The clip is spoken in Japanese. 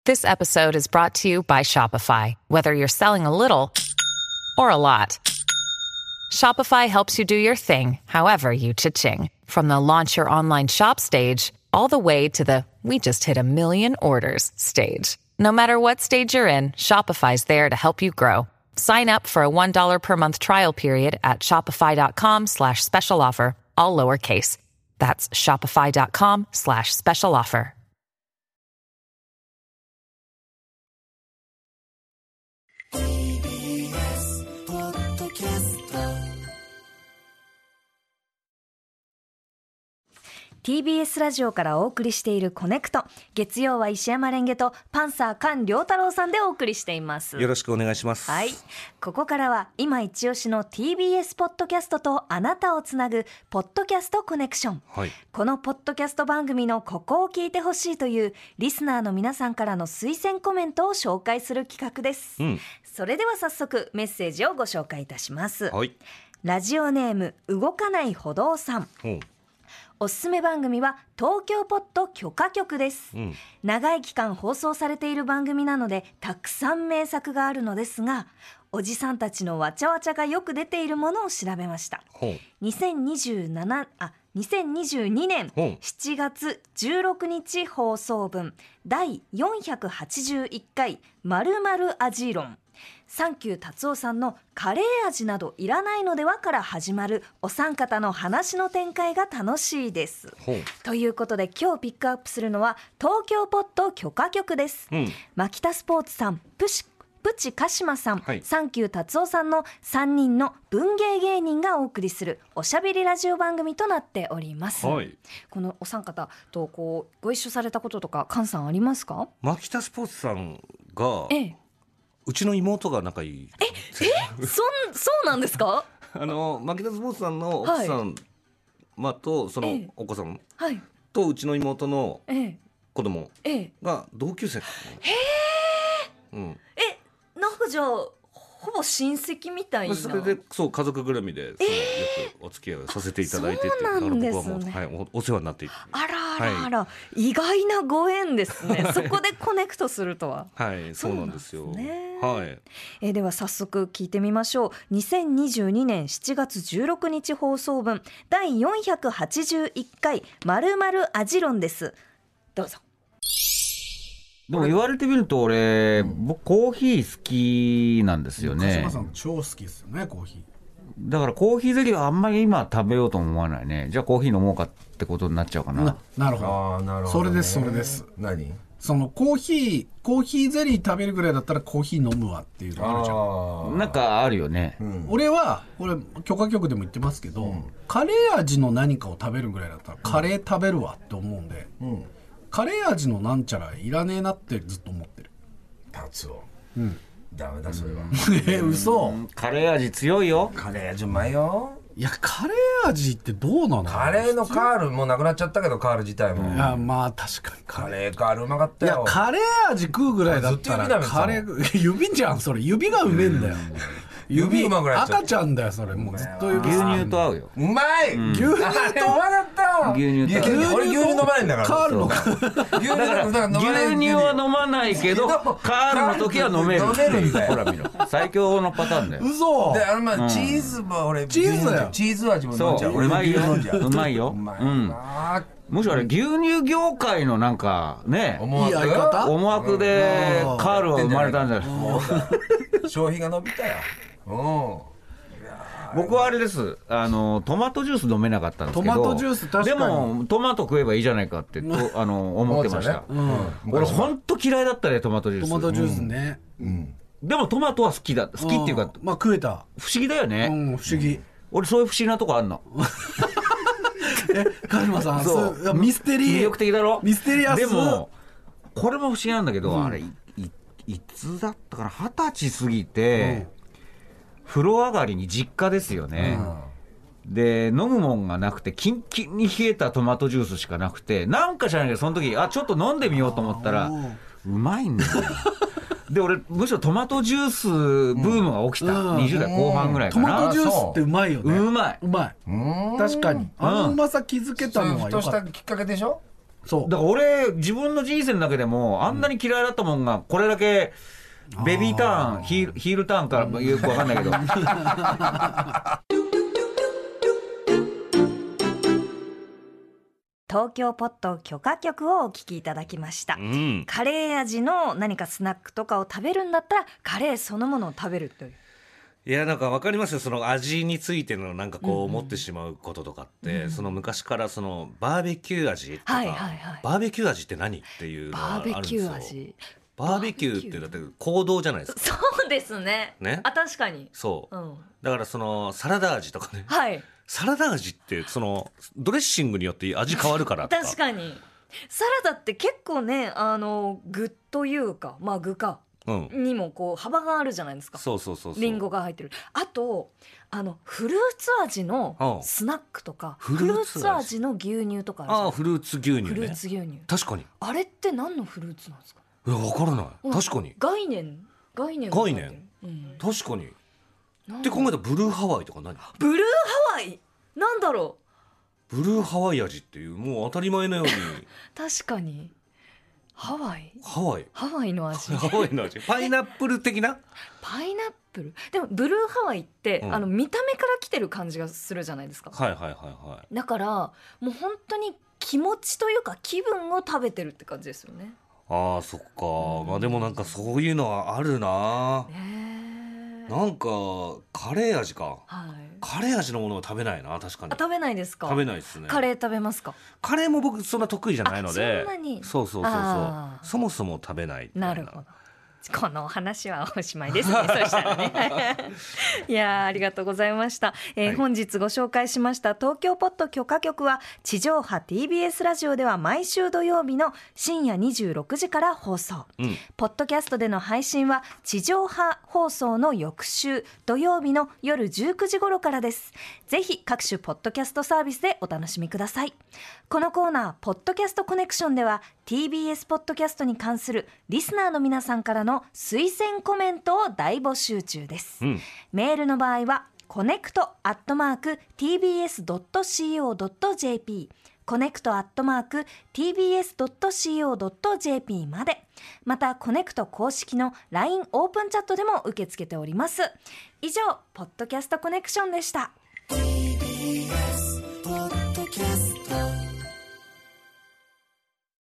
This episode is brought to you by Shopify. Whether you're selling a little or a lot, Shopify helps you do your thing, however you cha-ching. From the launch your online shop stage, all the way to the we just hit 1 million orders stage. No matter what stage you're in, Shopify's there to help you grow. Sign up for a $1 per month trial period at shopify.com/special offer, all lowercase. That's shopify.com/special offer. TBS ラジオからお送りしているコネクト。月曜は石山レンゲとパンサー菅良太郎さんでお送りしています。 よろしくお願いします。 はい。ここからは今一押しの TBS ポッドキャストとあなたをつなぐポッドキャストコネクション。 はい、 このポッドキャスト番組のここを聞いてほしいというリスナーの皆さんからの推薦コメントを紹介する企画です。それでは早速メッセージをご紹介いたします。 はい、 ラジオネーム動かない歩道さん。おすすめ番組は東京ポッド許可局です、長い期間放送されている番組なのでたくさん名作があるのですが、おじさんたちのわちゃわちゃがよく出ているものを調べました。2022年7月16日放送分第481回〇〇味論、サンキュー達夫さんのカレー味などいらないのではから始まるお三方の話の展開が楽しいです。ということで今日ピックアップするのは東京ポッド許可局です、マキタスポーツさん、プチカシマさん、サンキュー達夫さんの3人の文芸芸人がお送りするおしゃべりラジオ番組となっております、このお三方とご一緒されたこととか菅さんありますか？ マキタスポーツさんが、うちの妹が仲いい。 そうなんですか？ マキタスポーツさんの奥さん、とそのお子さん、とうちの妹の子供が同級生かな。 なんかじゃあほぼ親戚みたいな。 それでそう家族ぐるみでよくお付き合いをさせていただいてて、 そうなんですね。 僕はもう、お世話になっていて、 あら、意外なご縁ですねそこでコネクトするとは。 そうなんですよ。 では早速聞いてみましょう。2022年7月16日放送分第481回〇〇味論です。どうぞ。 でも言われてみると僕コーヒー好きなんですよね。 鹿島さん超好きですよね、コーヒー。 だからコーヒーゼリーはあんまり今食べようとも思わないね。じゃあコーヒー飲もうかってことになっちゃうかな。 なるほど、それです。 何？ そのコーヒーゼリー食べるぐらいだったらコーヒー飲むわっていうのあるじゃん。 なんかあるよね、 俺許可局でも言ってますけど、カレー味の何かを食べるぐらいだったらカレー食べるわって思うんで、カレー味のなんちゃらいらねえなってずっと思ってる。 達夫、ダメだそれは嘘。 カレー味強いよ。 カレー味うまいよ。 いやカレー味ってどうなの？ カレーのカールもうなくなっちゃったけど、カール自体も。 いや確かにカレーカールうまかったよ。 いやカレー味食うぐらいだったらカレー指じゃんそれ。指がうめえんだよ、 指うまくなっちゃう。 赤ちゃんだよそれ。もうずっと指。 牛乳と合うよ。 うまい、牛乳とうまかった牛乳と俺牛乳飲まないんだから。 カールのだから牛乳は飲まないけどカールの時は飲めるっていう。ほら見ろ、最強のパターンだよ。 嘘でチーズも俺チーズだよ。 チーズ味も飲んじゃう。 うまいよ、 うまいよ。むしろ牛乳業界のなんかね、 いい相方思惑でカールは生まれたんじゃないですか。 消費が伸びたよ。 僕はあれです、トマトジュース飲めなかったんですけど、 トマトジュース確かに。 でもトマト食えばいいじゃないかって思ってました、俺ほんと嫌いだったねトマトジュース。 トマトジュースね、 でもトマトは好きっていうか、 食えた。 不思議だよね、 不思議。 俺そういう不思議なとこあんの鹿島さんミステリー魅力的だろ。 ミステリアス。 でもこれも不思議なんだけど、あれいつだったかな、20歳過ぎて、風呂上がりに実家ですよね、で飲むもんがなくてキンキンに冷えたトマトジュースしかなくて、なんか知らないけどその時ちょっと飲んでみようと思ったらうまいんだよで俺むしろトマトジュースブームが起きた、20代後半ぐらいかな。 トマトジュースってうまいよね。 うまい確かにあのうまさ気づけたのはよかった。 ふとしたきっかけでしょ。 そうだから俺自分の人生の中でもあんなに嫌いだったもんがこれだけベビーターンヒールターンかよく分かんないけど東京ポット許可局をお聞きいただきました、カレー味の何かスナックとかを食べるんだったらカレーそのものを食べるという。 いやなんか分かりますよ、その味についてのなんかこう思ってしまうこととかって、その昔からそのバーベキュー味とか、バーベキュー味って何っていうのがあるんですよ。バーベキュー味、バーベキューってだって行動じゃないですか。 そうですね。あ、確かに。 そう、だからそのサラダ味とかね、サラダ味ってそのドレッシングによって味変わるからとか確かにサラダって結構ね具というかまあ具かにもこう幅があるじゃないですか。 そうリンゴが入ってる。あとフルーツ味のスナックとか、フルーツ味の牛乳とかある。 フルーツ牛乳ね。 フルーツ牛乳、 確かにあれって何のフルーツなんですか。 いや分からない、確かに概念、確かに。 って考えたらブルーハワイとか何。 ブルーハワイなんだろう。ブルーハワイ味っていうもう当たり前のように確かにハワイの味ハワイの味パイナップル的な。 パイナップルでもブルーハワイって、見た目から来てる感じがするじゃないですか。だからもう本当に気持ちというか気分を食べてるって感じですよね。 ああそっか、まあでもなんかそういうのはあるな、なんかカレー味か、カレー味のものを食べないな。確かに食べないですか。 食べないですね。 カレー食べますか。 カレーも僕そんな得意じゃないので、 そんなにそうそもそも食べない。 なるほど。この話はおしまいですね。そしたらねいやありがとうございました、本日ご紹介しました東京ポット許可局は地上波 TBS ラジオでは毎週土曜日の深夜26時から放送、ポッドキャストでの配信は地上波放送の翌週土曜日の夜19時頃からです。ぜひ各種ポッドキャストサービスでお楽しみください。このコーナーポッドキャストコネクションでは TBS ポッドキャストに関するリスナーの皆さんからの推薦コメントを大募集中です、メールの場合はconnect@tbs.co.jp connect@tbs.co.jp まで、またコネクト公式の LINE オープンチャットでも受け付けております。以上ポッドキャストコネクションでした。 TBS ポッドキャスト